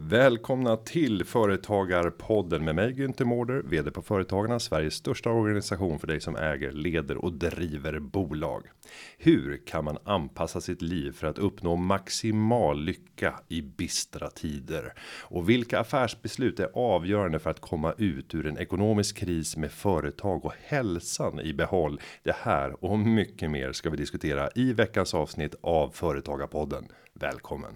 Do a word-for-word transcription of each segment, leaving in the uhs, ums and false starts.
Välkomna till Företagarpodden med mig Günther Mårder, vd på Företagarna, Sveriges största organisation för dig som äger, leder och driver bolag. Hur kan man anpassa sitt liv för att uppnå maximal lycka i bistra tider? Och vilka affärsbeslut är avgörande för att komma ut ur en ekonomisk kris med företag och hälsan i behåll? Det här och mycket mer ska vi diskutera i veckans avsnitt av Företagarpodden. Välkommen!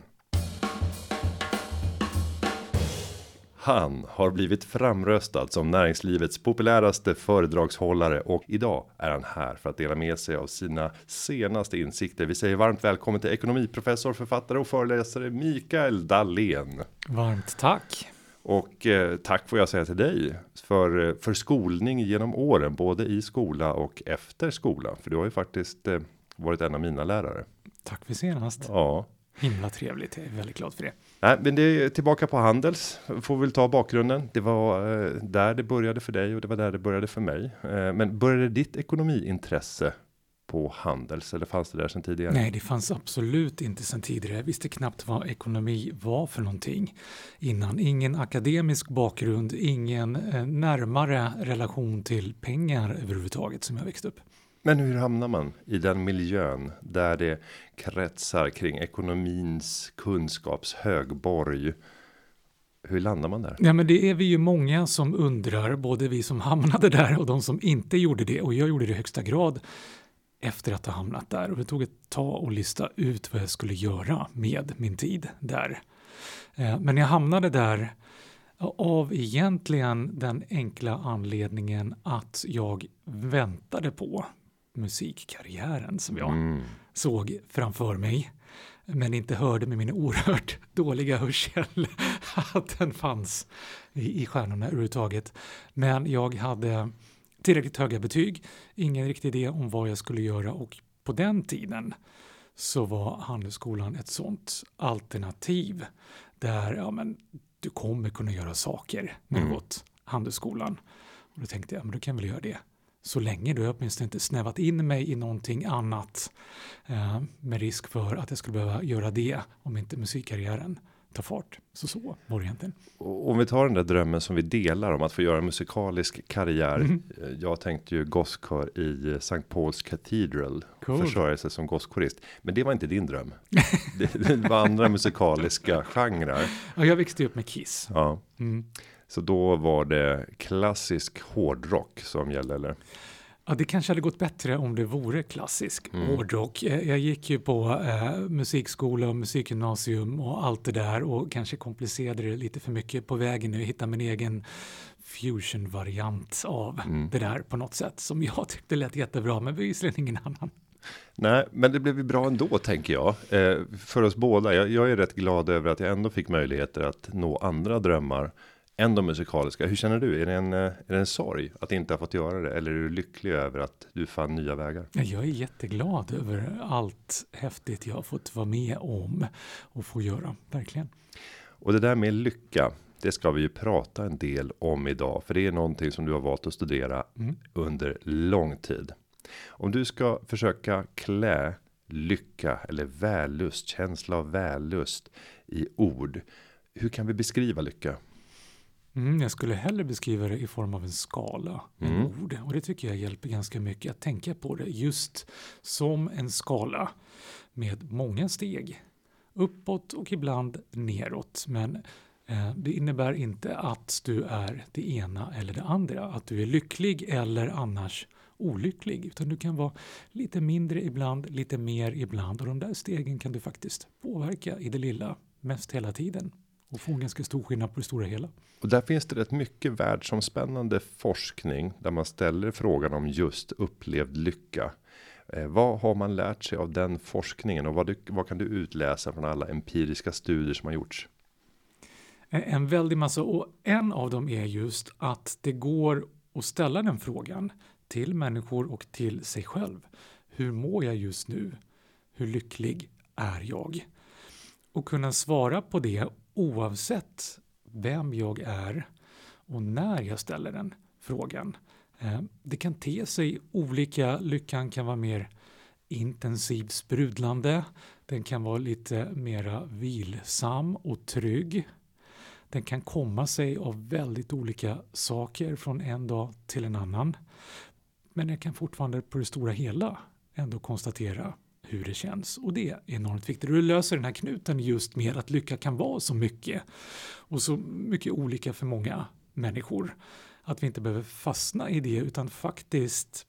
Han har blivit framröstad som näringslivets populäraste föredragshållare och idag är han här för att dela med sig av sina senaste insikter. Vi säger varmt välkommen till ekonomiprofessor, författare och föreläsare Mikael Dahlén. Varmt tack. Och eh, tack får jag säga till dig för, för skolning genom åren, både i skola och efter skola. För du har ju faktiskt eh, varit en av mina lärare. Tack för senast. Ja. Himla trevligt, jag är väldigt glad för det. Nej, men det är tillbaka på Handels, får vi väl ta bakgrunden. Det var eh, där det började för dig och det var där det började för mig. Eh, men började ditt ekonomiintresse på Handels eller fanns det där sedan tidigare? Nej, det fanns absolut inte sedan tidigare. Jag visste knappt vad ekonomi var för någonting innan. Ingen akademisk bakgrund, ingen eh, närmare relation till pengar överhuvudtaget som jag växte upp. Men hur hamnar man i den miljön där det kretsar kring ekonomins kunskapshögborg? Hur landar man där? Ja, men det är vi ju många som undrar, både vi som hamnade där och de som inte gjorde det. Och jag gjorde det i högsta grad efter att ha hamnat där. Och det tog ett tag att lista ut vad jag skulle göra med min tid där. Men jag hamnade där av egentligen den enkla anledningen att jag väntade på musikkarriären som jag mm. såg framför mig, men inte hörde med min oerhört dåliga hörsel att den fanns i, i stjärnorna överhuvudtaget. Men jag hade tillräckligt höga betyg, ingen riktig idé om vad jag skulle göra, och på den tiden så var Handelsskolan ett sånt alternativ där ja, men, du kommer kunna göra saker med mm. gått Handelsskolan. Och då tänkte jag, men då kan jag väl göra det. Så länge då jag åtminstone inte snävat in mig i någonting annat eh, med risk för att jag skulle behöva göra det om inte musikkarriären tar fart. Så så var det egentligen. Och om vi tar den där drömmen som vi delar om att få göra en musikalisk karriär. Mm. Jag tänkte ju gosskör i Sankt Pauls Cathedral. Cool. Försörja sig som gosskorist. Men det var inte din dröm. det, det var andra musikaliska genrer. Ja, jag växte upp med Kiss. Ja. Mm. Så då var det klassisk hårdrock som gällde, eller? Ja, det kanske hade gått bättre om det vore klassisk mm. hårdrock. Jag gick ju på eh, musikskola och musikgymnasium och allt det där och kanske komplicerade det lite för mycket på vägen nu. Hitta min egen fusion-variant av mm. det där på något sätt som jag tyckte lät jättebra, men visserligen ingen annan. Nej, men det blev ju bra ändå, tänker jag. Eh, för oss båda. Jag, jag är rätt glad över att jag ändå fick möjligheter att nå andra drömmar än de musikaliska. Hur känner du? Är det, en, är det en sorg att inte ha fått göra det? Eller är du lycklig över att du fann nya vägar? Jag är jätteglad över allt häftigt jag har fått vara med om och få göra, verkligen. Och det där med lycka, det ska vi ju prata en del om idag. För det är någonting som du har valt att studera mm. under lång tid. Om du ska försöka klä lycka eller vällust, känsla av vällust i ord. Hur kan vi beskriva lycka? Mm, jag skulle hellre beskriva det i form av en skala än mm. ord. Och det tycker jag hjälper ganska mycket att tänka på det just som en skala med många steg. Uppåt och ibland neråt. Men eh, det innebär inte att du är det ena eller det andra. Att du är lycklig eller annars olycklig. Utan du kan vara lite mindre ibland, lite mer ibland. Och de där stegen kan du faktiskt påverka i det lilla mest hela tiden. Och få en ganska stor skillnad på det stora hela. Och där finns det rätt mycket världsomspännande forskning där man ställer frågan om just upplevd lycka. Eh, vad har man lärt sig av den forskningen och vad, du, vad kan du utläsa från alla empiriska studier som har gjorts? En väldig massa, och en av dem är just att det går att ställa den frågan till människor och till sig själv. Hur mår jag just nu? Hur lycklig är jag? Och kunna svara på det oavsett vem jag är och när jag ställer den frågan. Det kan te sig olika. Lyckan kan vara mer intensivt sprudlande. Den kan vara lite mera vilsam och trygg. Den kan komma sig av väldigt olika saker från en dag till en annan. Men jag kan fortfarande på det stora hela ändå konstatera hur det känns. Och det är enormt viktigt. Och du löser den här knuten just med att lycka kan vara så mycket. Och så mycket olika för många människor. Att vi inte behöver fastna i det utan faktiskt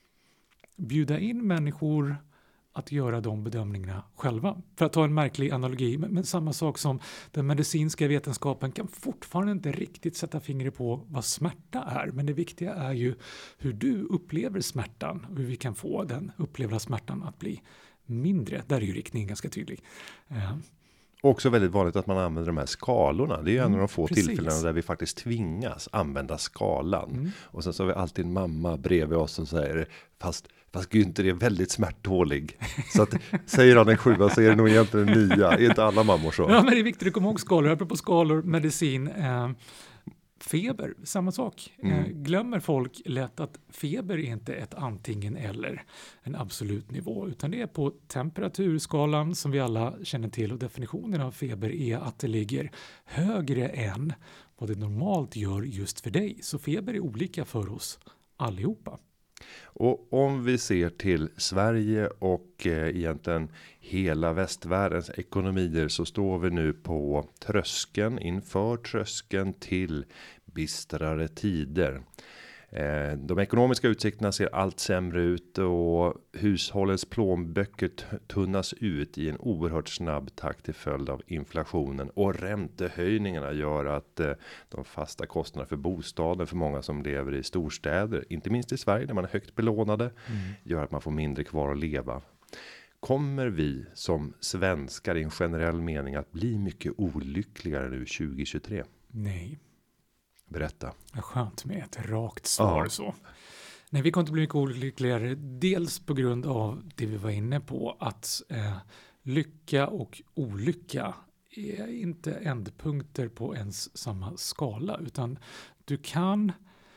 bjuda in människor att göra de bedömningarna själva. För att ta en märklig analogi, men, men samma sak som den medicinska vetenskapen kan fortfarande inte riktigt sätta fingret på vad smärta är. Men det viktiga är ju hur du upplever smärtan och hur vi kan få den upplevda smärtan att bli mindre. Där är ju riktningen ganska tydlig. Uh, Också väldigt vanligt att man använder de här skalorna. Det är ju en av de få precis. tillfällena där vi faktiskt tvingas använda skalan. Mm. Och sen så har vi alltid en mamma bredvid oss som säger, fast, fast Günther är väldigt smärttålig. Så att säger han en sjua så är det nog egentligen en nia. Är inte alla mammor så? Ja, men det är viktigt att komma ihåg skalor. Apropå skalor, medicin, eh, feber, samma sak. Mm. Eh, glömmer folk lätt att feber är inte ett antingen eller en absolut nivå, utan det är på temperaturskalan som vi alla känner till, och definitionen av feber är att det ligger högre än vad det normalt gör just för dig. Så feber är olika för oss allihopa. Och om vi ser till Sverige och eh, egentligen hela västvärldens ekonomier så står vi nu på tröskeln, inför tröskeln till bistrare tider. Eh, de ekonomiska utsikterna ser allt sämre ut och hushållens plånböcker t- tunnas ut i en oerhört snabb takt till följd av inflationen, och räntehöjningarna gör att eh, de fasta kostnaderna för bostaden för många som lever i storstäder, inte minst i Sverige där man är högt belånade, mm. gör att man får mindre kvar att leva. Kommer vi som svenskar i en generell mening att bli mycket olyckligare nu tjugo tjugotre? Nej. Berätta. Ja, skönt med ett rakt svar Ja. så. Nej, vi kommer inte bli mycket olyckligare. Dels på grund av det vi var inne på, att eh, lycka och olycka är inte ändpunkter på ens samma skala, utan du kan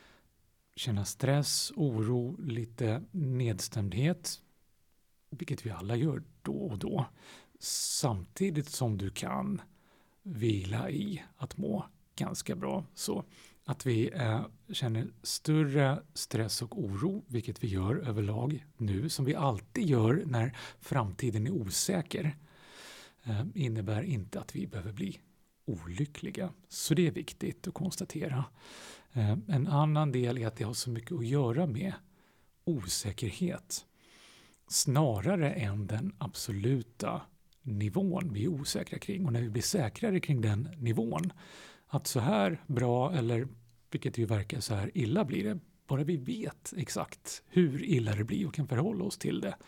känna stress, oro, lite nedstämdhet, vilket vi alla gör då och då, samtidigt som du kan vila i att må ganska bra. Så att vi eh, känner större stress och oro, vilket vi gör överlag nu, som vi alltid gör när framtiden är osäker, eh, innebär inte att vi behöver bli olyckliga. Så det är viktigt att konstatera. Eh, en annan del är att det har så mycket att göra med osäkerhet, snarare än den absoluta nivån vi är osäkra kring. Och när vi blir säkrare kring den nivån, att så här bra, eller vilket ju verkar så här illa blir det, bara vi vet exakt hur illa det blir och kan förhålla oss till det,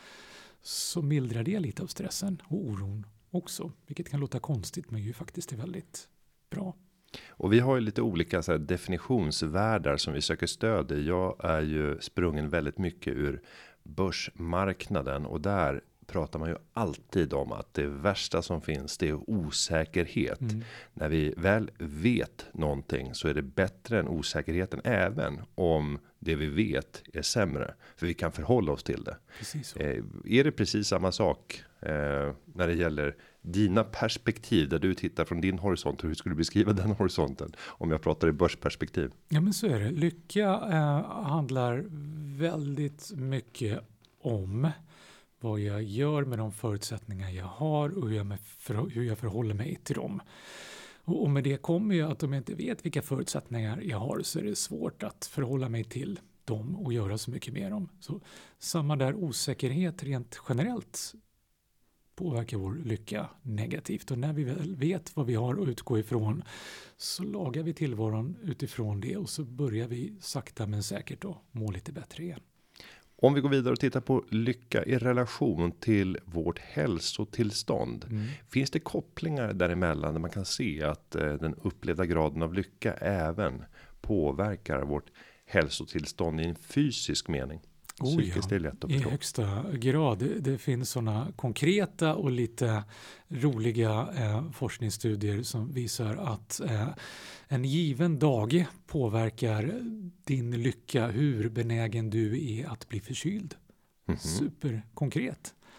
så mildrar det lite av stressen och oron också, vilket kan låta konstigt men ju faktiskt är väldigt bra. Och vi har ju lite olika så här definitionsvärldar som vi söker stöd i. Jag är ju sprungen väldigt mycket ur börsmarknaden, och där pratar man ju alltid om att det värsta som finns, det är osäkerhet. Mm. När vi väl vet någonting så är det bättre än osäkerheten, även om det vi vet är sämre. För vi kan förhålla oss till det. Precis så. Eh, är det precis samma sak eh, när det gäller dina perspektiv, där du tittar från din horisont? Hur skulle du beskriva den horisonten om jag pratar i börsperspektiv? Ja, men så är det. Lycka eh, handlar väldigt mycket om vad jag gör med de förutsättningar jag har och hur jag, för, hur jag förhåller mig till dem. Och, och med det kommer ju att om jag inte vet vilka förutsättningar jag har, så är det svårt att förhålla mig till dem och göra så mycket med dem. Så samma där, osäkerhet rent generellt påverkar vår lycka negativt. Och när vi väl vet vad vi har att utgå ifrån, så lagar vi tillvaron utifrån det, och så börjar vi sakta men säkert att må lite bättre igen. Om vi går vidare och tittar på lycka i relation till vårt hälsotillstånd. Mm. Finns det kopplingar däremellan där man kan se att eh, den upplevda graden av lycka även påverkar vårt hälsotillstånd i en fysisk mening? Oh, Psykiskt ja. är lätt att I förstå. högsta grad. Det, det finns sådana konkreta och lite roliga eh, forskningsstudier som visar att eh, en given dag påverkar din lycka, hur benägen du är att bli förkyld. Mm-hmm. Superkonkret.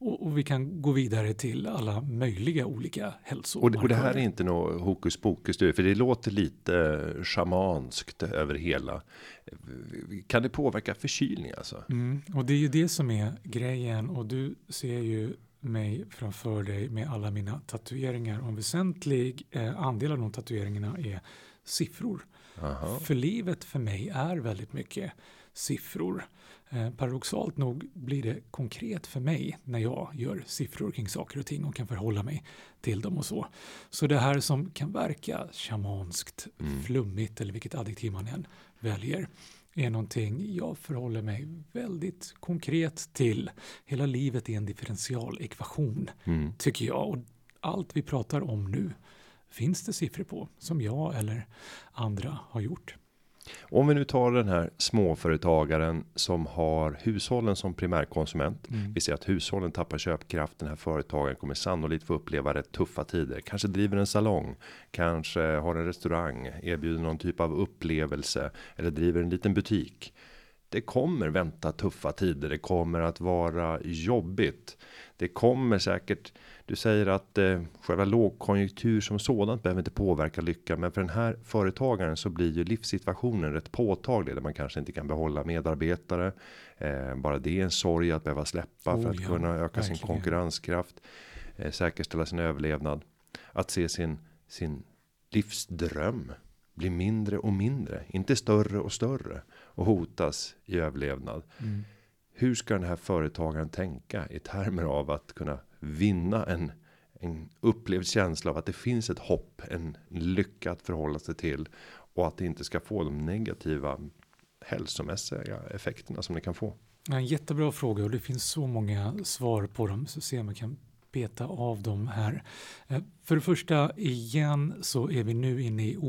Och, och vi kan gå vidare till alla möjliga olika hälsomarkörer. Och, och det här är inte något hokus pokus, för det låter lite shamanskt över hela. Kan det påverka förkylning alltså? Mm, och det är ju det som är grejen, och du ser ju mig framför dig med alla mina tatueringar, och en väsentlig eh, andel av de tatueringarna är siffror. Aha. För livet för mig är väldigt mycket siffror. Eh, paradoxalt nog blir det konkret för mig när jag gör siffror kring saker och ting och kan förhålla mig till dem och så. Så det här som kan verka shamanskt, Mm. flummigt eller vilket adjektiv man än väljer, är någonting jag förhåller mig väldigt konkret till. Hela livet är en differentialekvation, Mm. tycker jag. Och allt vi pratar om nu finns det siffror på, som jag eller andra har gjort. Om vi nu tar den här småföretagaren som har hushållen som primärkonsument. Mm. Vi ser att hushållen tappar köpkraft. Den här företagaren kommer sannolikt få uppleva rätt tuffa tider. Kanske driver en salong, kanske har en restaurang, erbjuder någon typ av upplevelse eller driver en liten butik. Det kommer vänta tuffa tider. Det kommer att vara jobbigt. Det kommer säkert, du säger att eh, själva lågkonjunktur som sådant behöver inte påverka lyckan. Men för den här företagaren så blir ju livssituationen rätt påtaglig. Där man kanske inte kan behålla medarbetare. Eh, bara det är en sorg att behöva släppa Oh, för att ja, kunna öka verkligen. sin konkurrenskraft. Eh, säkerställa sin överlevnad. Att se sin, sin livsdröm bli mindre och mindre. Inte större och större. Och hotas i överlevnad. Mm. Hur ska den här företagaren tänka i termer av att kunna vinna en, en upplevd känsla av att det finns ett hopp, en lycka att förhålla sig till, och att det inte ska få de negativa hälsomässiga effekterna som det kan få? En jättebra fråga, och det finns så många svar på dem, så se om jag kan beta av dem här. Eh, För det första, igen så är vi nu inne i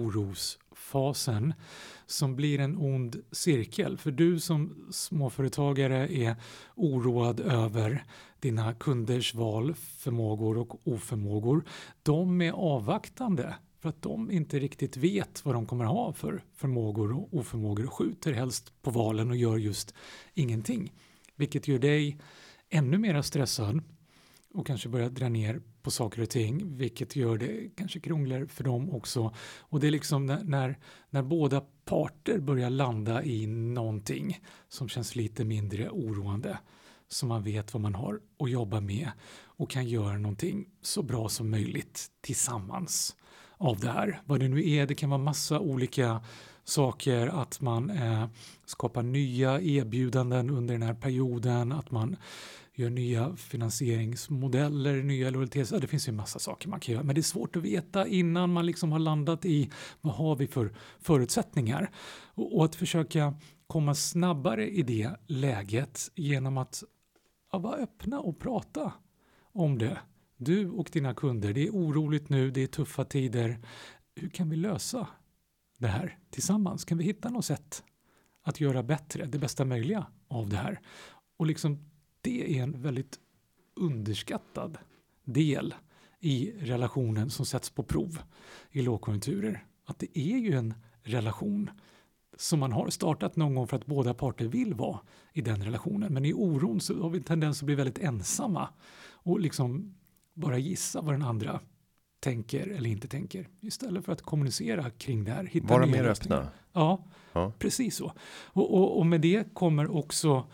orosfasen som blir en ond cirkel. För du som småföretagare är oroad över dina kunders val, förmågor och oförmågor. De är avvaktande för att de inte riktigt vet vad de kommer ha för förmågor och oförmågor, och skjuter helst på valen och gör just ingenting. Vilket gör dig ännu mer stressad och kanske börjar dra ner på saker och ting, vilket gör det kanske krångligare för dem också. Och det är liksom när, när, när båda parter börjar landa i någonting som känns lite mindre oroande, så man vet vad man har att jobba med och kan göra någonting så bra som möjligt tillsammans av det här. Vad det nu är, det kan vara massa olika saker, att man eh, skapar nya erbjudanden under den här perioden, att man gör nya finansieringsmodeller, nya lojalitets... Ja, det finns ju en massa saker man kan göra, men det är svårt att veta innan man liksom har landat i vad har vi för förutsättningar. Och, och att försöka komma snabbare i det läget genom att ja, vara öppna och prata om det. Du och dina kunder, det är oroligt nu, det är tuffa tider. Hur kan vi lösa det här tillsammans? Kan vi hitta något sätt att göra bättre, det bästa möjliga av det här? Och liksom det är en väldigt underskattad del i relationen som sätts på prov i lågkonjunkturer. Att det är ju en relation som man har startat någon gång för att båda parter vill vara i den relationen. Men i oron så har vi en tendens att bli väldigt ensamma och liksom bara gissa vad den andra tänker eller inte tänker. Istället för att kommunicera kring det här. Hitta Vara nya mer lösningar. öppna. Ja, Ja. precis så. Och, och, och med det kommer också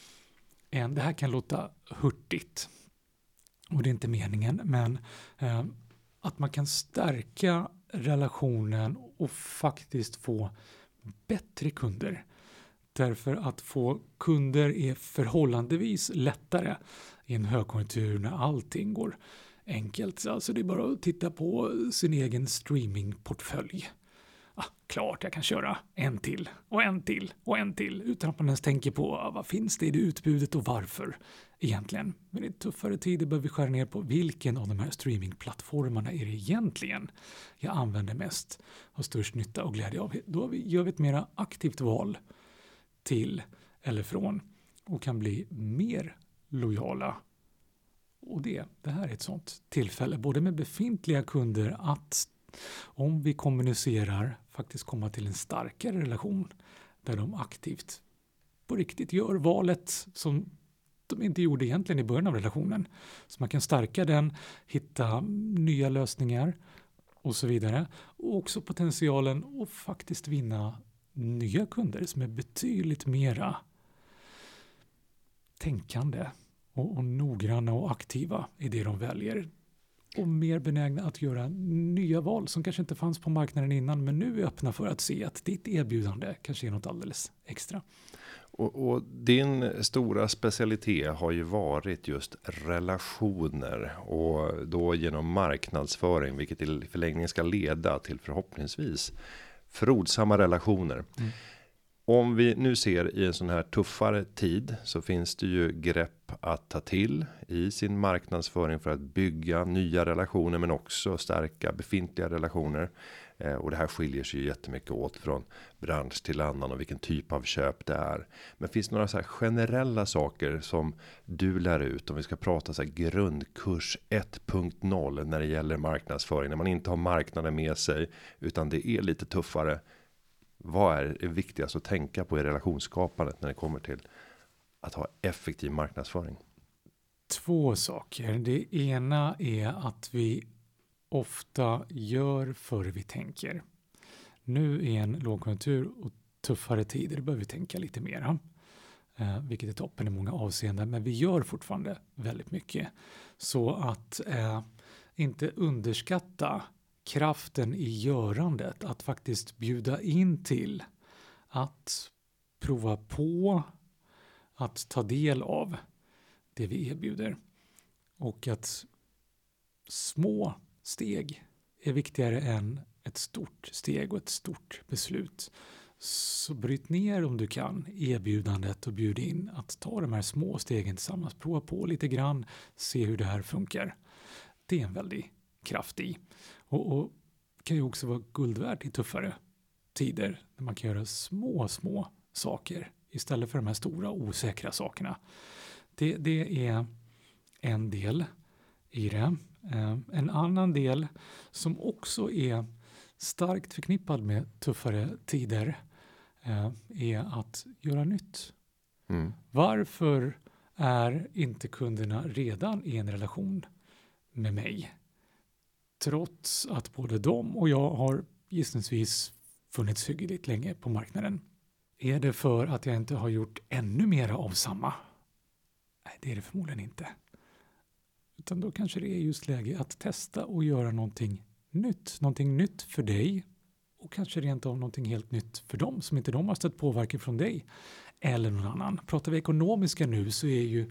en, det här kan låta hurtigt och det är inte meningen, men eh, att man kan stärka relationen och faktiskt få bättre kunder. Därför att få kunder är förhållandevis lättare i en högkonjunktur när allting går enkelt. Alltså det är bara att titta på sin egen streamingportfölj. Ah, klart jag kan köra en till och en till och en till utan att man ens tänker på ah, vad finns det i det utbudet och varför egentligen. Men i tuffare tider behöver vi skära ner på vilken av de här streamingplattformarna är det egentligen jag använder mest, har störst nytta och glädje av. Då gör vi ett mera aktivt val till eller från och kan bli mer lojala. Och det, det här är ett sånt tillfälle både med befintliga kunder att om vi kommunicerar faktiskt komma till en starkare relation där de aktivt på riktigt gör valet som de inte gjorde egentligen i början av relationen. Så man kan stärka den, hitta nya lösningar och så vidare. Och också potentialen att faktiskt vinna nya kunder som är betydligt mera tänkande och, och noggranna och aktiva i det de väljer. Och mer benägna att göra nya val som kanske inte fanns på marknaden innan, men nu är öppna för att se att ditt erbjudande kanske är något alldeles extra. Och, och din stora specialitet har ju varit just relationer och då genom marknadsföring, vilket i förlängningen ska leda till förhoppningsvis förrodsamma relationer. Mm. Om vi nu ser i en sån här tuffare tid så finns det ju grepp att ta till i sin marknadsföring för att bygga nya relationer men också stärka befintliga relationer. Eh, och det här skiljer sig ju jättemycket åt från bransch till annan och vilken typ av köp det är. Men finns det några så här generella saker som du lär ut om vi ska prata så här grundkurs ett punkt noll när det gäller marknadsföring, när man inte har marknaden med sig utan det är lite tuffare. Vad är det viktigast att tänka på i relationsskapandet när det kommer till att ha effektiv marknadsföring? Två saker. Det ena är att vi ofta gör för vi tänker. Nu är en lågkonjunktur och tuffare tider behöver vi tänka lite mer. Eh, vilket är toppen i många avseenden. Men vi gör fortfarande väldigt mycket. Så att eh, inte underskatta kraften i görandet, att faktiskt bjuda in till att prova på, att ta del av det vi erbjuder. Och att små steg är viktigare än ett stort steg och ett stort beslut. Så bryt ner om du kan erbjudandet och bjud in att ta de här små stegen tillsammans, prova på lite grann, se hur det här funkar. Det är en väldig kraft i. Och, och kan ju också vara guld värt i tuffare tider när man kan göra små, små saker istället för de här stora osäkra sakerna. Det, det är en del i det. Eh, en annan del som också är starkt förknippad med tuffare tider eh, är att göra nytt. Mm. Varför är inte kunderna redan i en relation med mig? Trots att både de och jag har gissningsvis funnits hyggligt länge på marknaden. Är det för att jag inte har gjort ännu mer av samma? Nej, det är det förmodligen inte. Utan då kanske det är just läge att testa och göra någonting nytt. Någonting nytt för dig och kanske rent av någonting helt nytt för dem som inte de har stött påverkan från dig eller någon annan. Pratar vi ekonomiska nu så är ju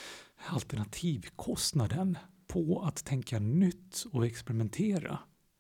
alternativkostnaden på att tänka nytt och experimentera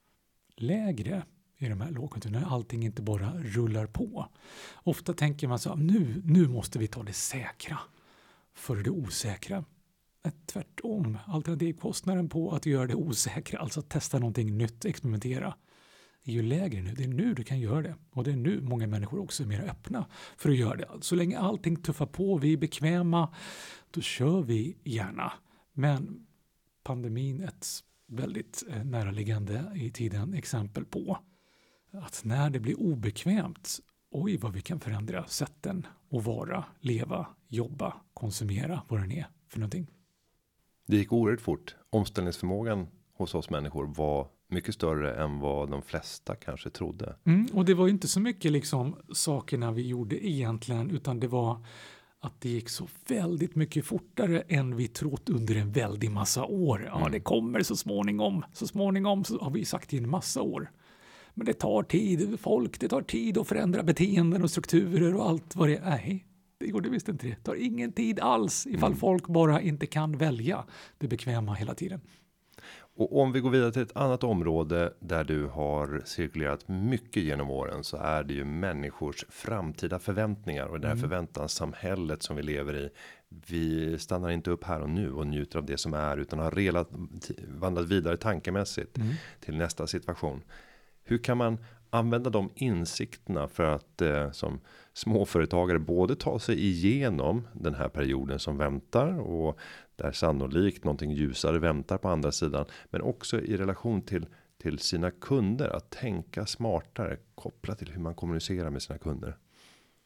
lägre i de här lågkonjunkturerna när allting inte bara rullar på. Ofta tänker man så här, nu, nu måste vi ta det säkra för det osäkra. Tvärtom, alternativkostnaden på att göra det osäkra, alltså att testa någonting nytt, experimentera, är ju lägre nu. Det är nu du kan göra det. Och det är nu många människor också är mer öppna för att göra det. Så länge allting tuffar på, vi är bekväma, då kör vi gärna. Men pandemin är ett väldigt eh, näraliggande i tiden exempel på att när det blir obekvämt, oj vad vi kan förändra sätten att vara, leva, jobba, konsumera, vad den är för någonting. Det gick oerhört fort. Omställningsförmågan hos oss människor var mycket större än vad de flesta kanske trodde. Mm, och det var ju inte så mycket liksom sakerna vi gjorde egentligen, utan det var att det gick så väldigt mycket fortare än vi trott under en väldig massa år. Ja, mm. Det kommer så småningom. Så småningom så har vi sagt i en massa år. Men det tar tid, folk, det tar tid att förändra beteenden och strukturer och allt vad det är. Nej, det går det visst inte. Det tar ingen tid alls ifall mm. folk bara inte kan välja det bekväma hela tiden. Och om vi går vidare till ett annat område där du har cirkulerat mycket genom åren, så är det ju människors framtida förväntningar och det här mm. förväntanssamhället som vi lever i. Vi stannar inte upp här och nu och njuter av det som är, utan har relat, vandrat vidare tankemässigt mm. till nästa situation. Hur kan man använda de insikterna för att eh, som småföretagare både ta sig igenom den här perioden som väntar och där sannolikt någonting ljusare väntar på andra sidan, men också i relation till, till sina kunder, att tänka smartare kopplat till hur man kommunicerar med sina kunder?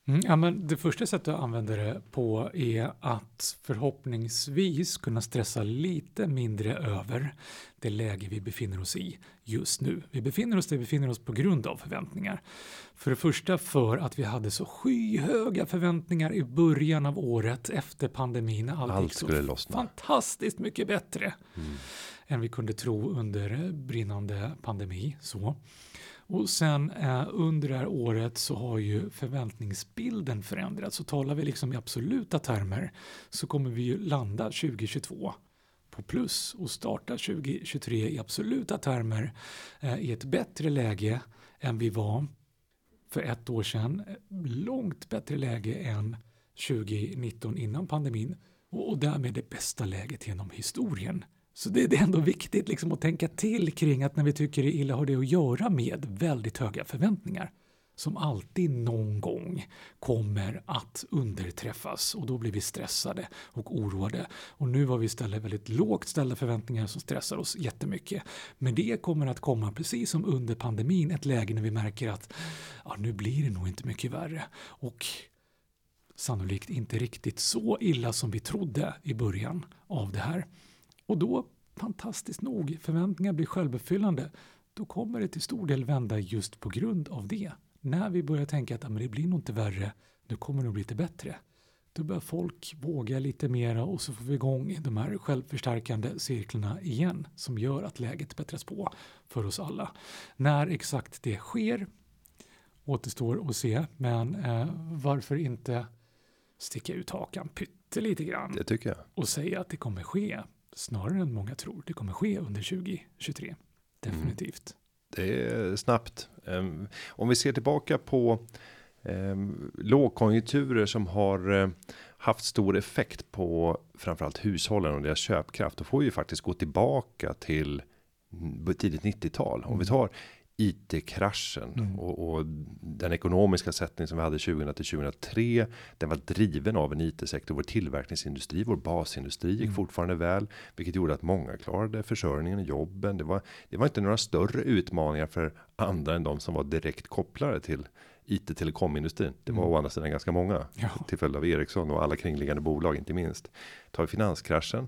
Mm, ja, men det första sättet att använda det på är att förhoppningsvis kunna stressa lite mindre över det läge vi befinner oss i just nu. Vi befinner oss där vi befinner oss på grund av förväntningar. För det första för att vi hade så skyhöga förväntningar i början av året efter pandemin. Allt, Allt gick så skulle lossna. fantastiskt mycket bättre Mm. än vi kunde tro under brinnande pandemi. Så. Och sen eh, under det här året så har ju förväntningsbilden förändrats. Så talar vi liksom i absoluta termer så kommer vi ju landa tjugohundratjugotvå på plus och starta tjugohundratjugotre i absoluta termer eh, i ett bättre läge än vi var för ett år sedan. Långt bättre läge än tjugonitton innan pandemin och, och därmed det bästa läget genom historien. Så det, det är ändå viktigt liksom att tänka till kring att när vi tycker det är illa har det att göra med väldigt höga förväntningar som alltid någon gång kommer att underträffas och då blir vi stressade och oroade. Och nu har vi istället väldigt lågt ställda förväntningar som stressar oss jättemycket. Men det kommer att komma precis som under pandemin ett läge när vi märker att ja, nu blir det nog inte mycket värre och sannolikt inte riktigt så illa som vi trodde i början av det här. Och då, fantastiskt nog, förväntningar blir självuppfyllande. Då kommer det till stor del vända just på grund av det. När vi börjar tänka att ah, men det blir nog inte värre, nu kommer det nog bli lite bättre. Då börjar folk våga lite mera och så får vi igång de här självförstärkande cirklarna igen som gör att läget bättras på för oss alla. När exakt det sker återstår att se, men eh, varför inte sticka ut hakan pyttelite grann Det tycker jag. och säga att det kommer ske snarare än många tror. Det kommer ske under tjugohundratjugotre. Definitivt. Det är snabbt. Um, om vi ser tillbaka på um, lågkonjunkturer som har uh, haft stor effekt på framförallt hushållen och deras köpkraft, då får vi ju faktiskt gå tillbaka till mm, tidigt nittiotal. Om vi tar I T-kraschen mm. och, och den ekonomiska sättning som vi hade tjugohundra till tjugohundratre, den var driven av en I T-sektor. Vår tillverkningsindustri, vår basindustri gick mm. fortfarande väl, vilket gjorde att många klarade försörjningen och jobben. Det var, det var inte några större utmaningar för andra än de som var direkt kopplade till I T-telekomindustrin. Det var mm. å andra sidan ganska många ja. till följd av Ericsson och alla kringliggande bolag inte minst. Tar vi finanskraschen,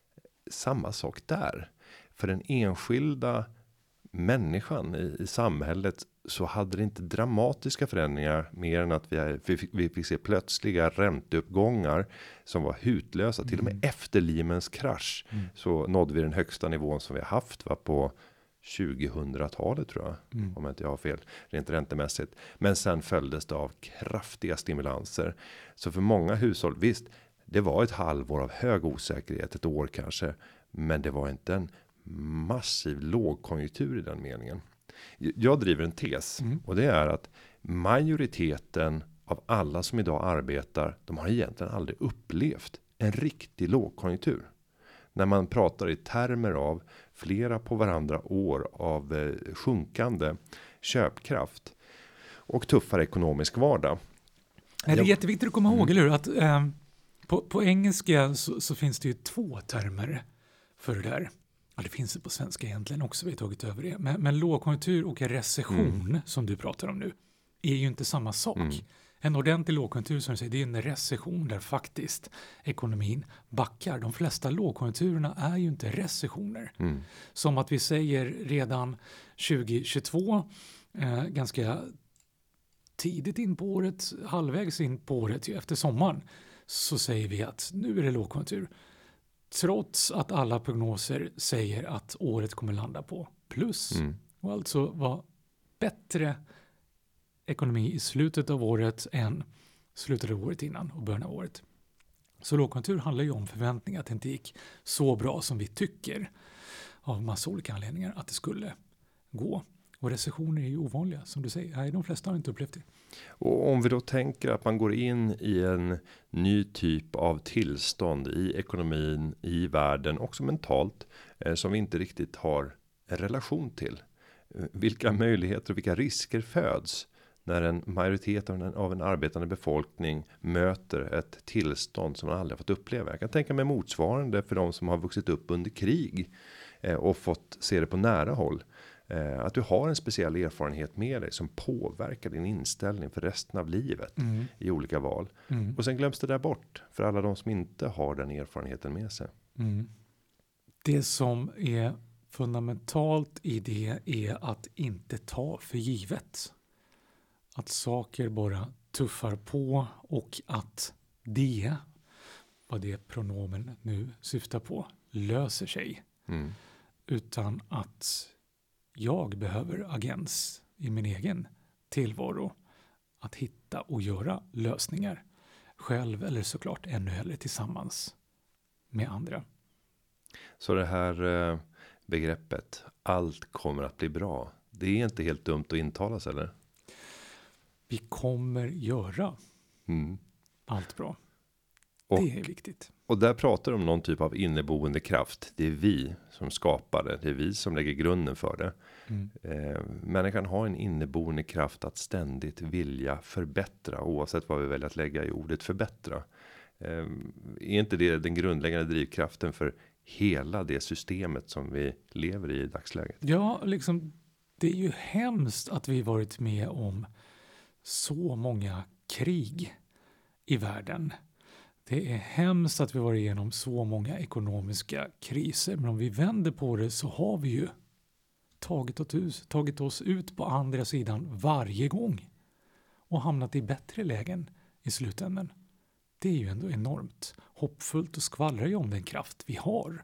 samma sak där. För den enskilda människan i, i samhället så hade det inte dramatiska förändringar mer än att vi, vi, fick, vi fick se plötsliga ränteuppgångar som var hutlösa. Mm. Till och med efter Lehmans krasch mm. så nådde vi den högsta nivån som vi har haft va, på tjugohundratalet tror jag. Mm. Om jag inte har fel rent räntemässigt. Men sen följdes det av kraftiga stimulanser. Så för många hushåll, visst det var ett halvår av hög osäkerhet, ett år kanske. Men det var inte en massiv lågkonjunktur i den meningen. Jag driver en tes mm. och det är att majoriteten av alla som idag arbetar, de har egentligen aldrig upplevt en riktig lågkonjunktur. När man pratar i termer av flera på varandra år av eh, sjunkande köpkraft och tuffare ekonomisk vardag. Det är Jag, jätteviktigt att komma ihåg, mm. eller hur? Att, eh, på, på engelska så, så finns det ju två termer för det där. Ja, det finns det på svenska egentligen också, vi har tagit över det. Men, men lågkonjunktur och recession mm. som du pratar om nu är ju inte samma sak. Mm. En ordentlig lågkonjunktur som du säger, det är en recession där faktiskt ekonomin backar. De flesta lågkonjunkturerna är ju inte recessioner. Mm. Som att vi säger redan tjugohundratjugotvå, eh, ganska tidigt in på året, halvvägs in på året efter sommaren, så säger vi att nu är det lågkonjunktur. Trots att alla prognoser säger att året kommer landa på plus. Mm. Och alltså var bättre ekonomi i slutet av året än slutet av året innan och början av året. Så lågkonjunktur handlar ju om förväntningar att det inte gick så bra som vi tycker av massa olika anledningar att det skulle gå. Och recessioner är ju ovanliga som du säger. Nej, de flesta har inte upplevt det. Och om vi då tänker att man går in i en ny typ av tillstånd i ekonomin, i världen, också mentalt, eh, som vi inte riktigt har en relation till. Vilka möjligheter och vilka risker föds när en majoritet av en, av en arbetande befolkning möter ett tillstånd som man aldrig har fått uppleva. Jag kan tänka mig motsvarande för de som har vuxit upp under krig eh, och fått se det på nära håll. Eh, att du har en speciell erfarenhet med dig som påverkar din inställning för resten av livet Mm. i olika val. Mm. Och sen glöms det där bort för alla de som inte har den erfarenheten med sig. Mm. Det som är fundamentalt i det är att inte ta för givet. Att saker bara tuffar på och att det, vad det pronomen nu syftar på, löser sig. Mm. Utan att jag behöver agens i min egen tillvaro att hitta och göra lösningar själv eller såklart ännu hellre tillsammans med andra. Så det här eh, begreppet, allt kommer att bli bra. Det är inte helt dumt att intalas, eller? Vi kommer göra Mm. allt bra. Och, det är viktigt. och där pratar du om någon typ av inneboende kraft. Det är vi som skapar det. Det är vi som lägger grunden för det. Mm. Eh, människan har en inneboende kraft att ständigt vilja förbättra. Oavsett vad vi väljer att lägga i ordet förbättra. Eh, är inte det den grundläggande drivkraften för hela det systemet som vi lever i i dagsläget? Ja, liksom, det är ju hemskt att vi varit med om så många krig i världen. Det är hemskt att vi varit igenom så många ekonomiska kriser. Men om vi vänder på det så har vi ju tagit oss ut, tagit oss ut på andra sidan varje gång. Och hamnat i bättre lägen i slutändan. Det är ju ändå enormt hoppfullt och skvallrar ju om den kraft vi har.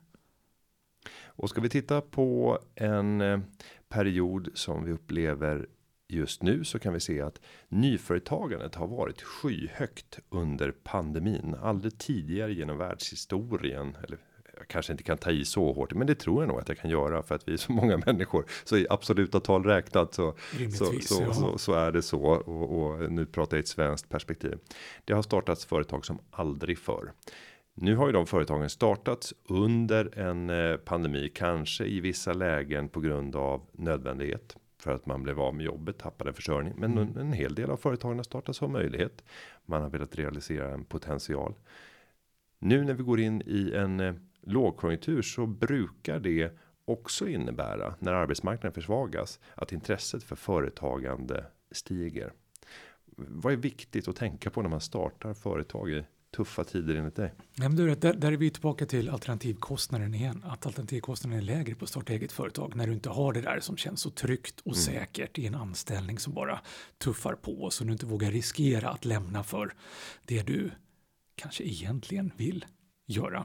Och ska vi titta på en eh, period som vi upplever just nu, så kan vi se att nyföretagandet har varit skyhögt under pandemin. Aldrig tidigare genom världshistorien, eller jag kanske inte kan ta i så hårt, men det tror jag nog att jag kan göra för att vi är så många människor. Så i absoluta tal räknat så, så, så, ja. så, så är det så. Och, och nu pratar jag i ett svenskt perspektiv. Det har startats företag som aldrig förr. Nu har ju de företagen startats under en eh, pandemi, kanske i vissa lägen på grund av nödvändighet. För att man blev av med jobbet, tappade försörjning. Men Mm. en, en hel del av företagen har startats som möjlighet. Man har velat realisera en potential. Nu när vi går in i en eh, lågkonjunktur så brukar det också innebära, när arbetsmarknaden försvagas, att intresset för företagande stiger. Vad är viktigt att tänka på när man startar företag i tuffa tider enligt dig? Ja, men du, där, där är vi tillbaka till alternativkostnaden igen. Att alternativkostnaden är lägre på att starta eget företag när du inte har det där som känns så tryggt och Mm. säkert i en anställning som bara tuffar på, så du inte vågar riskera att lämna för det du kanske egentligen vill göra.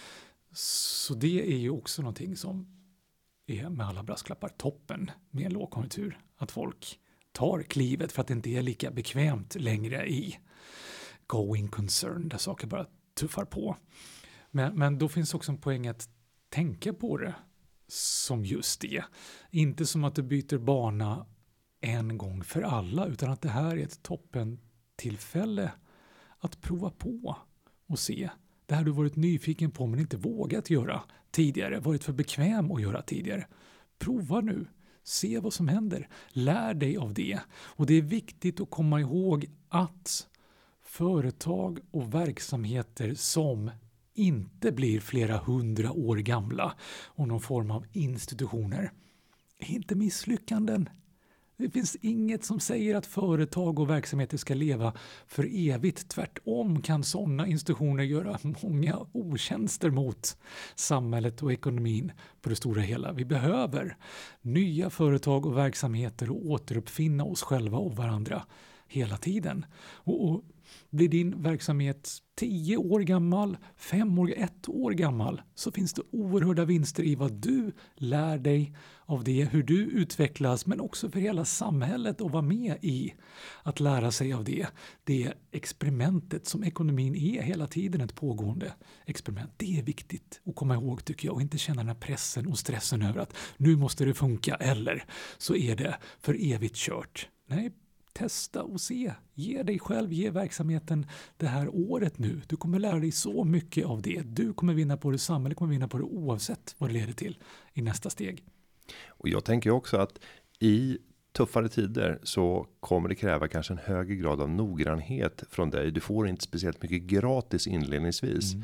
Så det är ju också någonting som är med alla brasklappar toppen med en lågkonjunktur. Att folk tar klivet för att det inte är lika bekvämt längre i going concern där saker bara tuffar på. Men, men då finns också en poäng att tänka på det som just det. Inte som att du byter bana en gång för alla, utan att det här är ett toppen tillfälle att prova på och se. Det här du varit nyfiken på men inte vågat göra tidigare, varit för bekväm att göra tidigare. Prova nu. Se vad som händer. Lär dig av det. Och det är viktigt att komma ihåg att företag och verksamheter som inte blir flera hundra år gamla och någon form av institutioner är inte misslyckanden. Det finns inget som säger att företag och verksamheter ska leva för evigt. Tvärtom kan sådana institutioner göra många otjänster mot samhället och ekonomin på det stora hela. Vi behöver nya företag och verksamheter och återuppfinna oss själva och varandra hela tiden. Och, och blir din verksamhet tio år gammal, fem år, ett år gammal, så finns det oerhörda vinster i vad du lär dig av det, hur du utvecklas, men också för hela samhället att vara med i att lära sig av det. Det experimentet som ekonomin är hela tiden, ett pågående experiment. Det är viktigt att komma ihåg, tycker jag, och inte känna den här pressen och stressen över att nu måste det funka eller så är det för evigt kört. Nej, testa och se. Ge dig själv, ge verksamheten det här året nu. Du kommer lära dig så mycket av det. Du kommer vinna på det, samhället kommer vinna på det oavsett vad det leder till i nästa steg. Och jag tänker också att i tuffare tider så kommer det kräva kanske en högre grad av noggrannhet från dig. Du får inte speciellt mycket gratis inledningsvis. Mm.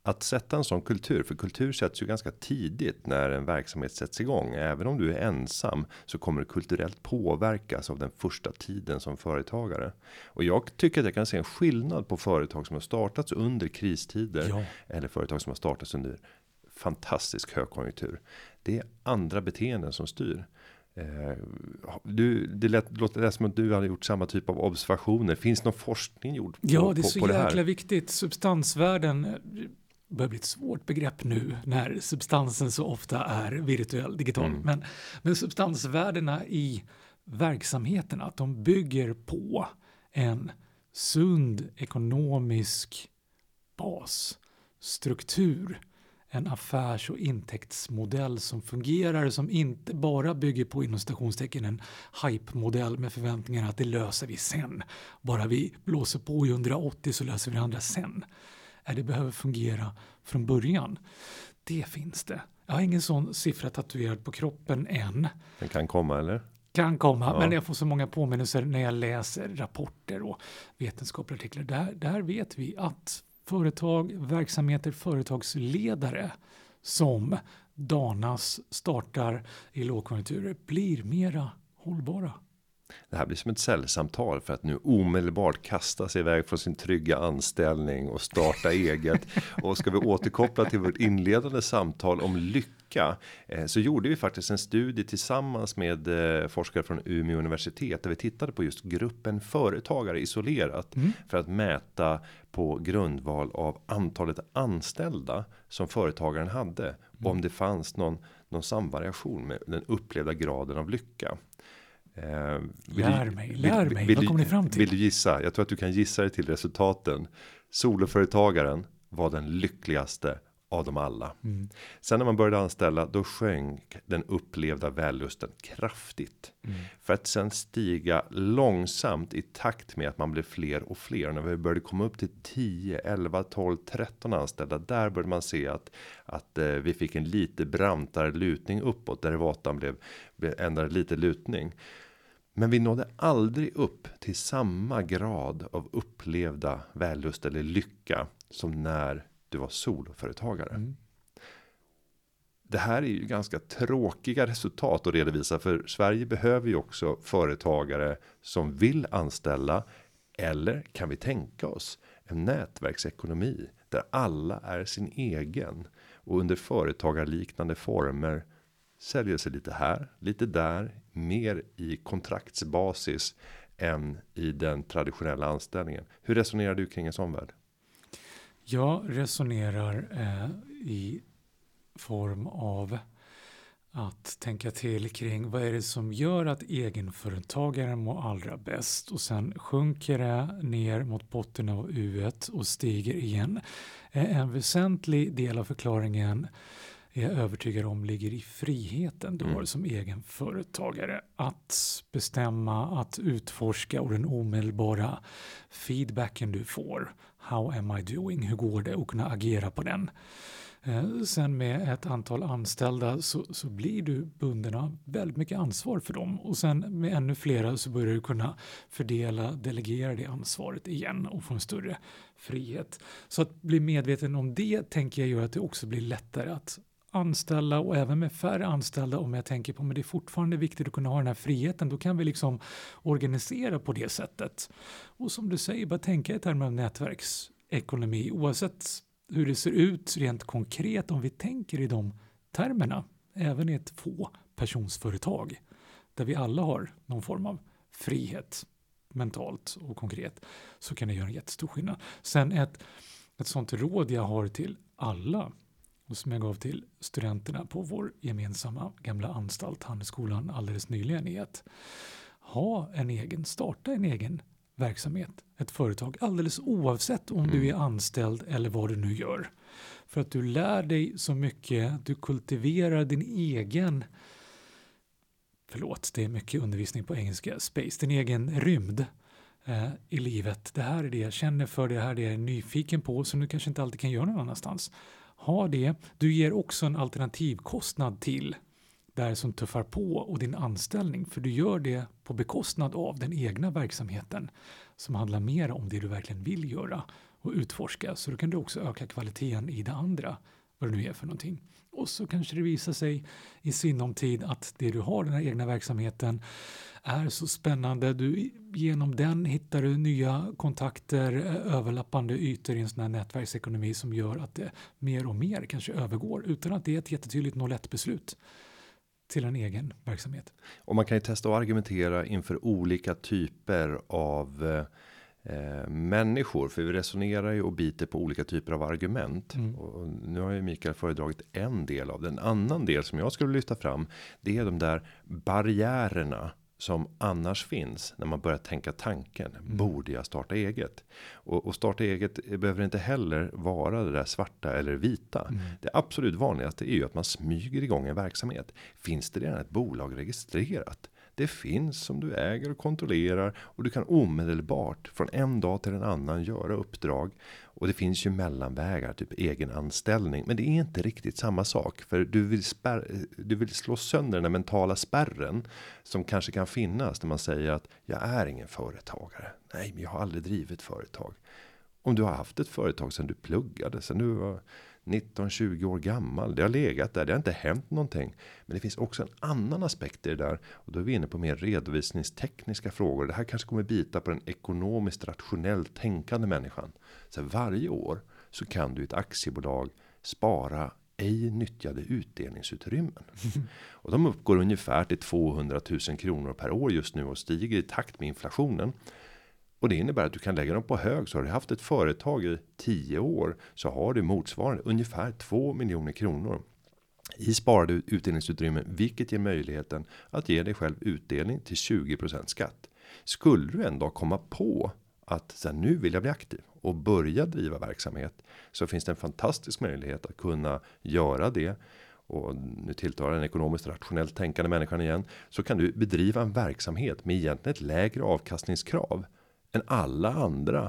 att sätta en sån kultur, för kultur sätts ju ganska tidigt när en verksamhet sätts igång. Även om du är ensam så kommer du kulturellt påverkas av den första tiden som företagare. Och jag tycker att jag kan se en skillnad på företag som har startats under kristider Ja. eller företag som har startats under fantastisk högkonjunktur. Det är andra beteenden som styr. Eh, du, det lät, låter det som att du hade gjort samma typ av observationer. Finns någon forskning gjord på, Ja, det är på, så på det här? jäkla viktigt. Substansvärden börjar bli ett svårt begrepp nu när substansen så ofta är virtuell, digital. Mm. Men, men substansvärdena i verksamheterna, att de bygger på en sund ekonomisk bas, struktur, en affärs- och intäktsmodell som fungerar, som inte bara bygger på inom stationstecken en hype-modell med förväntningar att det löser vi sen. Bara vi blåser på i hundraåttio så löser vi det andra sen. Är det behöver fungera från början. Det finns det. Jag har ingen sån siffra tatuerad på kroppen än. Den kan komma, eller? Kan komma, Ja. men jag får så många påminnelser när jag läser rapporter och vetenskapliga artiklar. Där, där vet vi att företag, verksamheter, företagsledare som danas, startar i lågkonjunkturer blir mera hållbara. Det här blir som ett säljsamtal för att nu omedelbart kasta sig iväg från sin trygga anställning och starta eget. Och ska vi återkoppla till vårt inledande samtal om lycka, eh, så gjorde vi faktiskt en studie tillsammans med eh, forskare från Umeå universitet där vi tittade på just gruppen företagare isolerat Mm. för att mäta på grundval av antalet anställda som företagaren hade. Och om det fanns någon, någon samvariation med den upplevda graden av lycka. Eh, vill Lär du- mig, vill- lär vill- mig. vill Vad du- kommer ni fram till? Vill du gissa? Jag tror att du kan gissa dig till resultaten. Soloföretagaren var den lyckligaste av dem alla. Mm. Sen när man började anställa, då sjönk den upplevda vällusten kraftigt. Mm. För att sen stiga långsamt i takt med att man blev fler och fler. Och när vi började komma upp till tio, elva, tolv, tretton anställda, där började man se att, att eh, vi fick en lite brantare lutning uppåt. Derivatan blev, blev ändrade lite lutning. Men vi nådde aldrig upp till samma grad av upplevda vällust eller lycka som när du var soloföretagare. Mm. Det här är ju ganska tråkiga resultat att redovisa, för Sverige behöver ju också företagare som vill anställa, eller kan vi tänka oss en nätverksekonomi där alla är sin egen och under företagarliknande former säljer sig lite här, lite där, mer i kontraktsbasis än i den traditionella anställningen. Hur resonerar du kring en sån värld? Jag resonerar eh, i form av att tänka till kring vad är det som gör att egenföretagaren mår allra bäst, och sen sjunker det ner mot botten av U ett och stiger igen. Eh, en väsentlig del av förklaringen är jag övertygad om ligger i friheten du Mm. har som egen företagare att bestämma, att utforska, och den omedelbara feedbacken du får. How am I doing? Hur går det? Och kunna agera på den. Eh, sen med ett antal anställda så, så blir du bunden av väldigt mycket ansvar för dem. Och sen med ännu flera så börjar du kunna fördela, delegera det ansvaret igen och få en större frihet. Så att bli medveten om det tänker jag gör att det också blir lättare att anställa, och även med färre anställda, om jag tänker på men det är fortfarande viktigt att kunna ha den här friheten, då kan vi liksom organisera på det sättet. Och som du säger, bara tänka i termer av nätverksekonomi, oavsett hur det ser ut rent konkret, om vi tänker i de termerna, även i ett få personsföretag där vi alla har någon form av frihet mentalt och konkret, så kan det göra en jättestor skillnad. Sen ett, ett sånt råd jag har till alla, och som jag gav till studenterna på vår gemensamma gamla anstalt, Handelsskolan, alldeles nyligen, är att ha en egen, starta en egen verksamhet, ett företag, alldeles oavsett om du är anställd eller vad du nu gör. För att du lär dig så mycket, du kultiverar din egen, förlåt, det är mycket undervisning på engelska, space, din egen rymd eh, i livet. Det här är det jag känner för, det här är det jag är nyfiken på, som du kanske inte alltid kan göra någon annanstans. Ha det. Du ger också en alternativkostnad till där som tuffar på och din anställning, för du gör det på bekostnad av den egna verksamheten som handlar mer om det du verkligen vill göra och utforska. Så då kan du också öka kvaliteten i det andra, vad det nu är för någonting. Och så kanske det visar sig i sinom tid att det du har, den här egna verksamheten, är så spännande. Du, genom den hittar du nya kontakter, överlappande ytor i en sån här nätverksekonomi som gör att det mer och mer kanske övergår utan att det är ett jättetydligt noll ett beslut till en egen verksamhet. Och man kan ju testa och argumentera inför olika typer av eh, människor. För vi resonerar ju och biter på olika typer av argument. Mm. Och nu har ju Mikael föredragit en del av det. En annan del som jag skulle lyfta fram, det är de där barriärerna som annars finns när man börjar tänka tanken. Mm. Borde jag starta eget? Och, och starta eget behöver inte heller vara det där svarta eller vita. Mm. Det absolut vanligaste är ju att man smyger igång en verksamhet. Finns det redan ett bolag registrerat? Det finns som du äger och kontrollerar. Och du kan omedelbart från en dag till en annan göra uppdrag. Och det finns ju mellanvägar, typ egen anställning. Men det är inte riktigt samma sak. För du vill, spär, du vill slå sönder den mentala spärren. Som kanske kan finnas när man säger att jag är ingen företagare. Nej, men jag har aldrig drivit företag. Om du har haft ett företag sedan du pluggade, sedan du var nitton tjugo år gammal. Det har legat där, det har inte hänt någonting. Men det finns också en annan aspekt i det där. Och då är vi inne på mer redovisningstekniska frågor. Det här kanske kommer bita på den ekonomiskt rationellt tänkande människan. Så varje år så kan du i ett aktiebolag spara ej nyttjade utdelningsutrymmen. Och de uppgår ungefär till tvåhundratusen kronor per år just nu och stiger i takt med inflationen. Och det innebär att du kan lägga dem på hög. Så har du haft ett företag i tio år så har du motsvarande ungefär två miljoner kronor i sparade utdelningsutrymmen, vilket ger möjligheten att ge dig själv utdelning till tjugo procent skatt. Skulle du ändå komma på att så här, nu vill jag bli aktiv och börja driva verksamhet, så finns det en fantastisk möjlighet att kunna göra det. Och nu tilltar den ekonomiskt rationellt tänkande människan igen, så kan du bedriva en verksamhet med egentligen ett lägre avkastningskrav än alla andra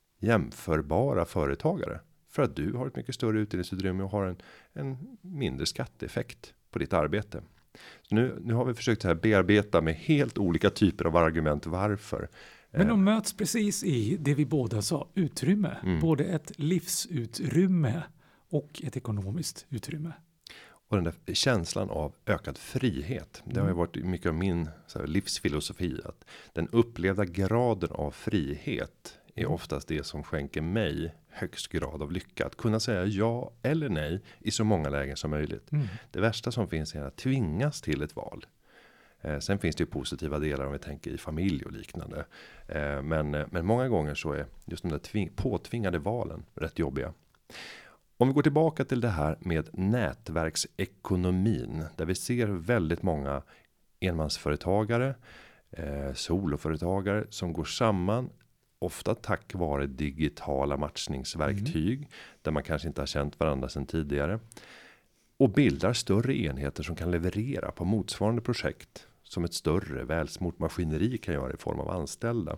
jämförbara företagare. För att du har ett mycket större utdelningsutrymme och har en, en mindre skatteeffekt på ditt arbete. Så nu, nu har vi försökt här bearbeta med helt olika typer av argument varför. Men de möts precis i det vi båda sa, utrymme. Mm. Både ett livsutrymme och ett ekonomiskt utrymme. Och den där känslan av ökad frihet. Det har ju varit mycket av min så här, livsfilosofi. Att den upplevda graden av frihet är oftast det som skänker mig högst grad av lycka. Att kunna säga ja eller nej i så många lägen som möjligt. Mm. Det värsta som finns är att tvingas till ett val. Eh, sen finns det ju positiva delar om vi tänker i familj och liknande. Eh, men, men många gånger så är just de där tving- påtvingade valen rätt jobbiga. Om vi går tillbaka till det här med nätverksekonomin, där vi ser väldigt många enmansföretagare, eh, soloföretagare som går samman, ofta tack vare digitala matchningsverktyg, mm. där man kanske inte har känt varandra sedan tidigare, och bildar större enheter som kan leverera på motsvarande projekt som ett större välsmort maskineri kan göra i form av anställda.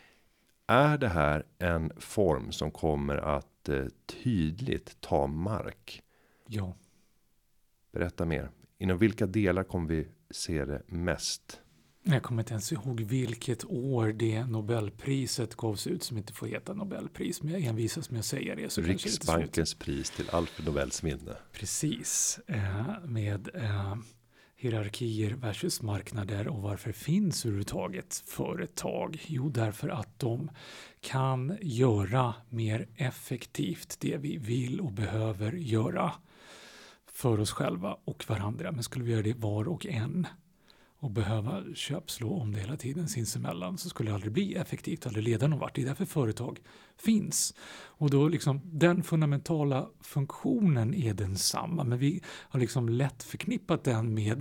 Är det här en form som kommer att eh, tydligt ta mark? Ja. Berätta mer. Inom vilka delar kommer vi se det mest? Jag kommer inte ens ihåg vilket år det Nobelpriset gavs ut, som inte får heta Nobelpris, men jag envisas med att säga det. Så Riksbankens pris till Alfred Nobels minne. Precis, eh, med eh, hierarkier versus marknader. Och varför finns överhuvudtaget företag? Jo, därför att de kan göra mer effektivt det vi vill och behöver göra för oss själva och varandra. Men skulle vi göra det var och en och behöva köpslå om det hela tiden sinsemellan, så skulle det aldrig bli effektivt, aldrig leda någon vart. Det är därför företag finns. Och då liksom den fundamentala funktionen är densamma, men vi har liksom lätt förknippat den med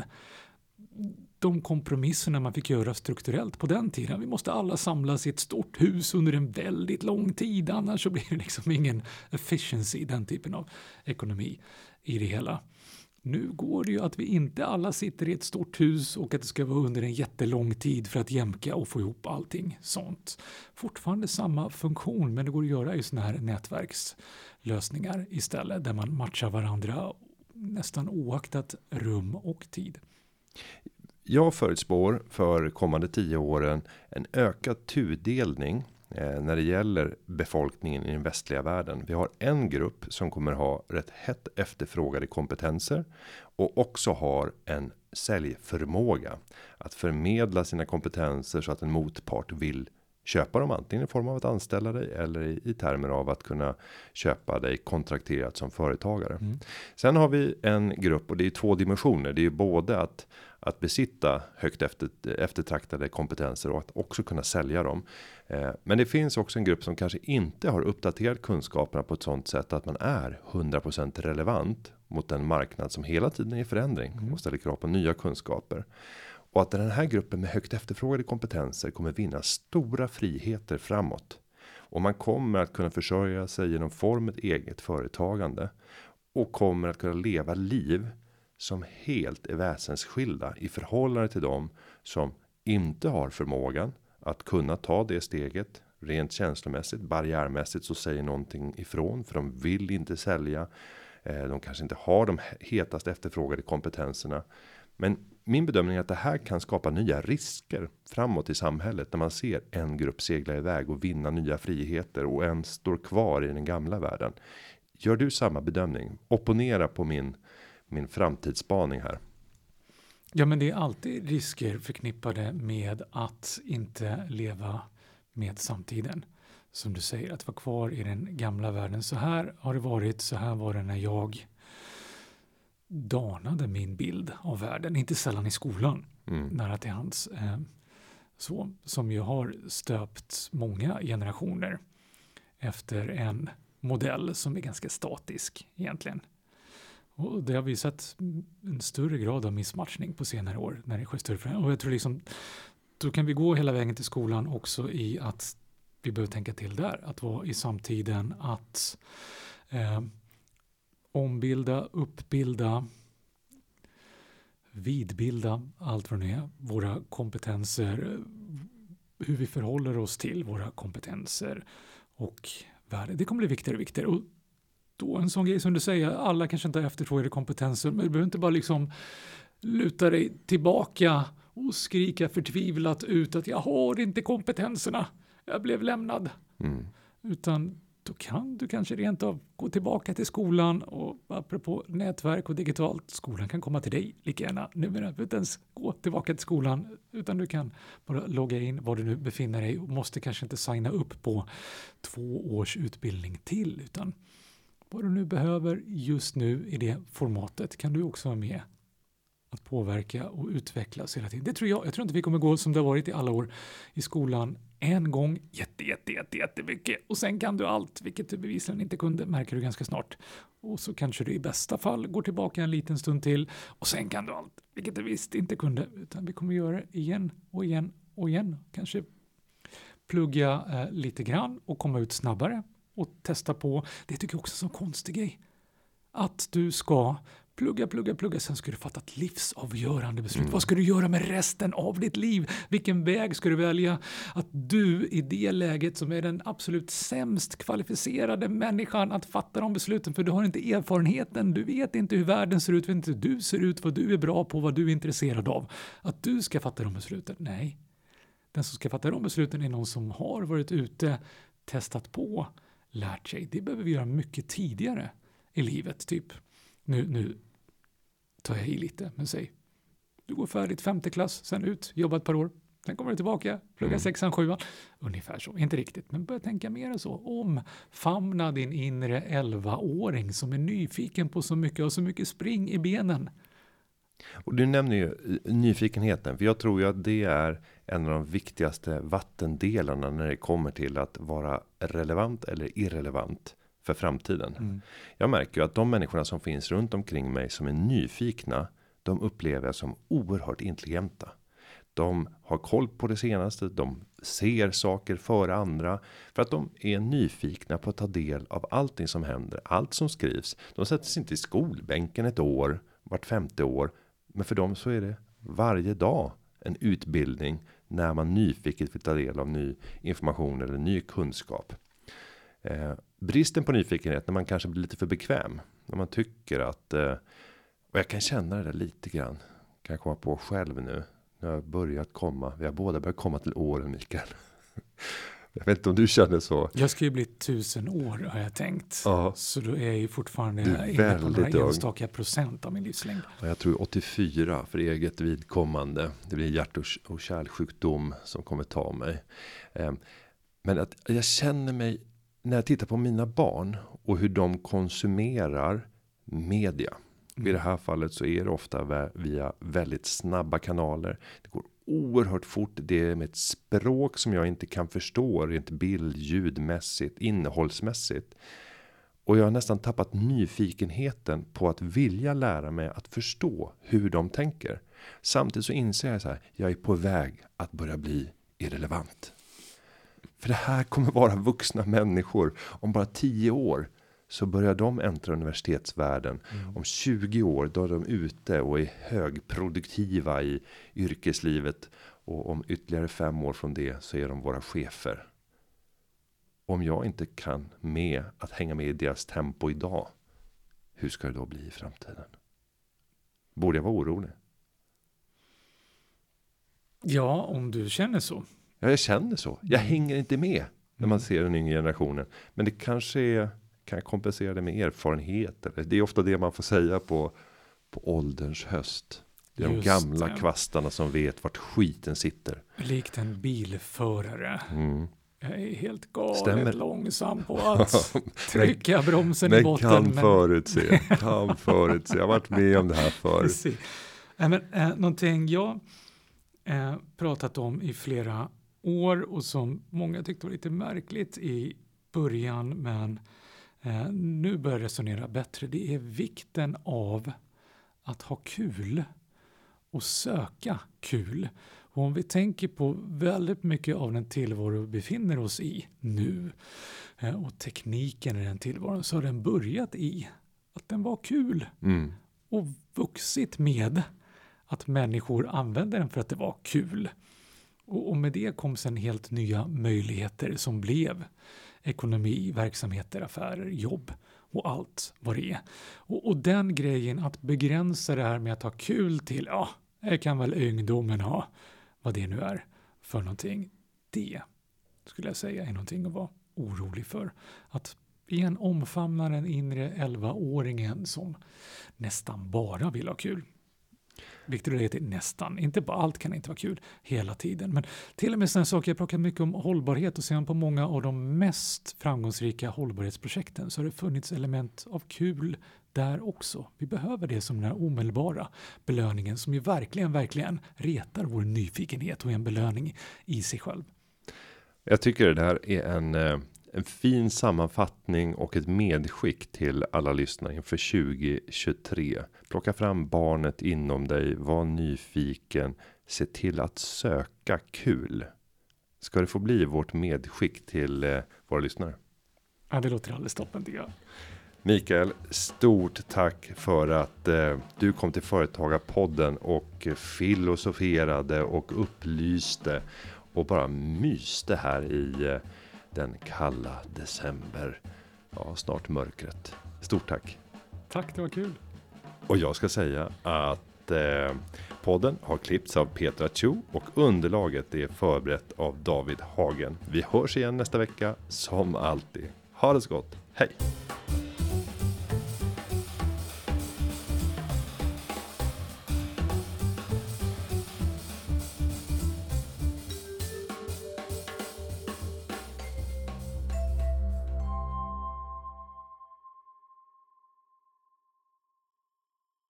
de kompromisserna man fick göra strukturellt på den tiden. Vi måste alla samlas i ett stort hus under en väldigt lång tid, annars så blir det liksom ingen efficiency, den typen av ekonomi i det hela. Nu går det ju att vi inte alla sitter i ett stort hus och att det ska vara under en jättelång tid för att jämka och få ihop allting sånt. Fortfarande samma funktion, men det går att göra i såna här nätverkslösningar istället, där man matchar varandra nästan oaktat rum och tid. Jag förutspår för kommande tio åren en ökad tudelning eh, när det gäller befolkningen i den västliga världen. Vi har en grupp som kommer ha rätt hett efterfrågade kompetenser och också har en säljförmåga att förmedla sina kompetenser så att en motpart vill köpa dem, antingen i form av att anställa dig eller i, i termer av att kunna köpa dig kontrakterat som företagare. Mm. Sen har vi en grupp, och det är två dimensioner. Det är både att att besitta högt efter, eftertraktade kompetenser och att också kunna sälja dem. Eh, men det finns också en grupp som kanske inte har uppdaterat kunskaperna på ett sådant sätt att man är hundra procent relevant mot den marknad som hela tiden är i förändring mm. och ställer krav på nya kunskaper. Och att den här gruppen med högt efterfrågade kompetenser kommer vinna stora friheter framåt. Och man kommer att kunna försörja sig genom form ett eget företagande. Och kommer att kunna leva liv som helt är väsensskilda i förhållande till dem som inte har förmågan att kunna ta det steget rent känslomässigt, barriärmässigt, så säger någonting ifrån, för de vill inte sälja. De kanske inte har de hetast efterfrågade kompetenserna. Men min bedömning är att det här kan skapa nya risker framåt i samhället när man ser en grupp segla iväg och vinna nya friheter och en står kvar i den gamla världen. Gör du samma bedömning? Opponera på min min framtidsspaning här. Ja, men det är alltid risker förknippade med att inte leva med samtiden. Som du säger, att vara kvar i den gamla världen. Så här har det varit, så här var det när jag danade min bild av världen. Inte sällan i skolan, mm. nära till hands. Eh, så, som ju har stöpt många generationer efter en modell som är ganska statisk egentligen. Och det har visat en större grad av missmatchning på senare år när det sker större förändringar. Och jag tror liksom, då kan vi gå hela vägen till skolan också i att vi behöver tänka till där. Att vara i samtiden, att eh, ombilda, uppbilda, vidbilda allt vad det är. Våra kompetenser, hur vi förhåller oss till våra kompetenser och värde. Det kommer bli viktigare och viktigare. Och då en sån grej som du säger, alla kanske inte har efterfrågade kompetenser, men du behöver inte bara liksom luta dig tillbaka och skrika förtvivlat ut att jag har inte kompetenserna, jag blev lämnad. Mm. Utan då kan du kanske rent av gå tillbaka till skolan, och apropå nätverk och digitalt, skolan kan komma till dig lika gärna. Nu behöver du inte ens gå tillbaka till skolan, utan du kan bara logga in var du nu befinner dig och måste kanske inte signa upp på två års utbildning till, utan vad du nu behöver just nu i det formatet kan du också vara med att påverka och utvecklas hela tiden. Det tror jag. Jag tror inte vi kommer gå som det har varit i alla år i skolan. En gång jätte, jätte, jätte, jättemycket. Och sen kan du allt, vilket du bevisligen inte kunde, märker du ganska snart. Och så kanske du i bästa fall går tillbaka en liten stund till. Och sen kan du allt, vilket du visst inte kunde. Utan vi kommer göra det igen och igen och igen. Kanske plugga eh, lite grann och komma ut snabbare. Och testa på, det tycker jag också är en så konstig grej. Att du ska plugga, plugga, plugga, sen ska du fatta ett livsavgörande beslut. Mm. Vad ska du göra med resten av ditt liv? Vilken väg ska du välja? Att du i det läget som är den absolut sämst kvalificerade människan att fatta de besluten, för du har inte erfarenheten, du vet inte hur världen ser ut, vet inte hur du ser ut, vad du är bra på, vad du är intresserad av. Att du ska fatta de besluten, nej. Den som ska fatta de besluten är någon som har varit ute, testat på, lärt sig. Det behöver vi göra mycket tidigare i livet. Typ, nu, nu tar jag i lite, men säg, du går färdigt femte klass, sen ut, jobba ett par år, sen kommer du tillbaka, plugga mm. sexan, sjuan. Ungefär så, inte riktigt, men börja tänka mer så. Omfamna din inre elvaåring som är nyfiken på så mycket och så mycket spring i benen. Och du nämner ju nyfikenheten, för jag tror ju att det är en av de viktigaste vattendelarna när det kommer till att vara relevant eller irrelevant för framtiden. Mm. Jag märker ju att de människorna som finns runt omkring mig som är nyfikna, de upplever jag som oerhört intelligenta. De har koll på det senaste, de ser saker före andra, för att de är nyfikna på att ta del av allting som händer, allt som skrivs. De sätter sig inte i skolbänken ett år, vart femte år, men för dem så är det varje dag en utbildning när man nyfiket vill ta del av ny information eller ny kunskap. Eh, bristen på nyfikenhet när man kanske blir lite för bekväm, när man tycker att, eh, och jag kan känna det där lite grann, kan jag komma på själv nu, när jag har börjat komma, vi har båda börjat komma till åren, Mikael. Jag vet inte om du känner så. Jag ska ju bli tusen år har jag tänkt. Ja. Så då är jag ju fortfarande Du är inne på några väldigt ung. enstaka procent av min livslängd. Ja, jag tror åttiofyra för eget vidkommande. Det blir hjärt- och- och kärlsjukdom som kommer ta mig. Eh, men att jag känner mig, när jag tittar på mina barn och hur de konsumerar media. Mm. I det här fallet så är det ofta via väldigt snabba kanaler. Det går oerhört fort. Det är med ett språk som jag inte kan förstå. Rent bild, ljudmässigt, innehållsmässigt. Och jag har nästan tappat nyfikenheten på att vilja lära mig att förstå hur de tänker. Samtidigt så inser jag så här, jag är på väg att börja bli irrelevant. För det här kommer vara vuxna människor. Om bara tio år så börjar de äntra universitetsvärlden. Mm. Om tjugo år då är de ute och är högproduktiva i yrkeslivet. Och om ytterligare fem år från det så är de våra chefer. Om jag inte kan med att hänga med i deras tempo idag, hur ska det då bli i framtiden? Borde jag vara orolig? Ja, om du känner så. Ja, jag känner så. Jag hänger inte med när man ser den yngre generationen. Men det kanske är, kan jag kompensera det med erfarenhet. Eller? Det är ofta det man får säga på, på ålderns höst. Det är Just de gamla det. kvastarna som vet vart skiten sitter. Likt en bilförare. Mm. Jag är helt galet Stämmer. långsam på att trycka bromsen men i botten. Kan men förutse, kan förutse. Jag har varit med om det här förut. äh, men, äh, någonting jag äh, pratat om i flera år och som många tyckte var lite märkligt i början, men äh, nu börjar jag resonera bättre. Det är vikten av att ha kul och söka kul. Och om vi tänker på väldigt mycket av den tillvaro vi befinner oss i nu och tekniken i den tillvaron, så har den börjat i att den var kul. Mm. Och vuxit med att människor använde den för att det var kul. Och, och med det kom sen helt nya möjligheter som blev ekonomi, verksamheter, affärer, jobb och allt vad det är. Och, och den grejen att begränsa det här med att ha kul till, ja, det kan väl ungdomen ha, vad det nu är för någonting. Det skulle jag säga är någonting att vara orolig för. Att igen omfamna den inre elvaåringen som nästan bara vill ha kul. Viktigt att det är nästan. Inte bara allt kan inte vara kul hela tiden. Men till och med sådana saker, jag pratar mycket om hållbarhet och ser på många av de mest framgångsrika hållbarhetsprojekten så har det funnits element av kul där också. Vi behöver det som den här omedelbara belöningen som ju verkligen, verkligen retar vår nyfikenhet och är en belöning i sig själv. Jag tycker det här är en, en fin sammanfattning och ett medskick till alla lyssnare inför tjugo tjugotre. Plocka fram barnet inom dig, var nyfiken, se till att söka kul. Ska det få bli vårt medskick till eh, våra lyssnare? Ja, det låter alldeles toppen tycker jag. Mikael, stort tack för att eh, du kom till Företagarpodden och filosoferade och upplyste och bara myste här i eh, den kalla december. Ja, snart mörkret. Stort tack. Tack, det var kul. Och jag ska säga att eh, podden har klippts av Petra Chu och underlaget är förberett av David Hagen. Vi hörs igen nästa vecka som alltid. Ha det så gott. Hej!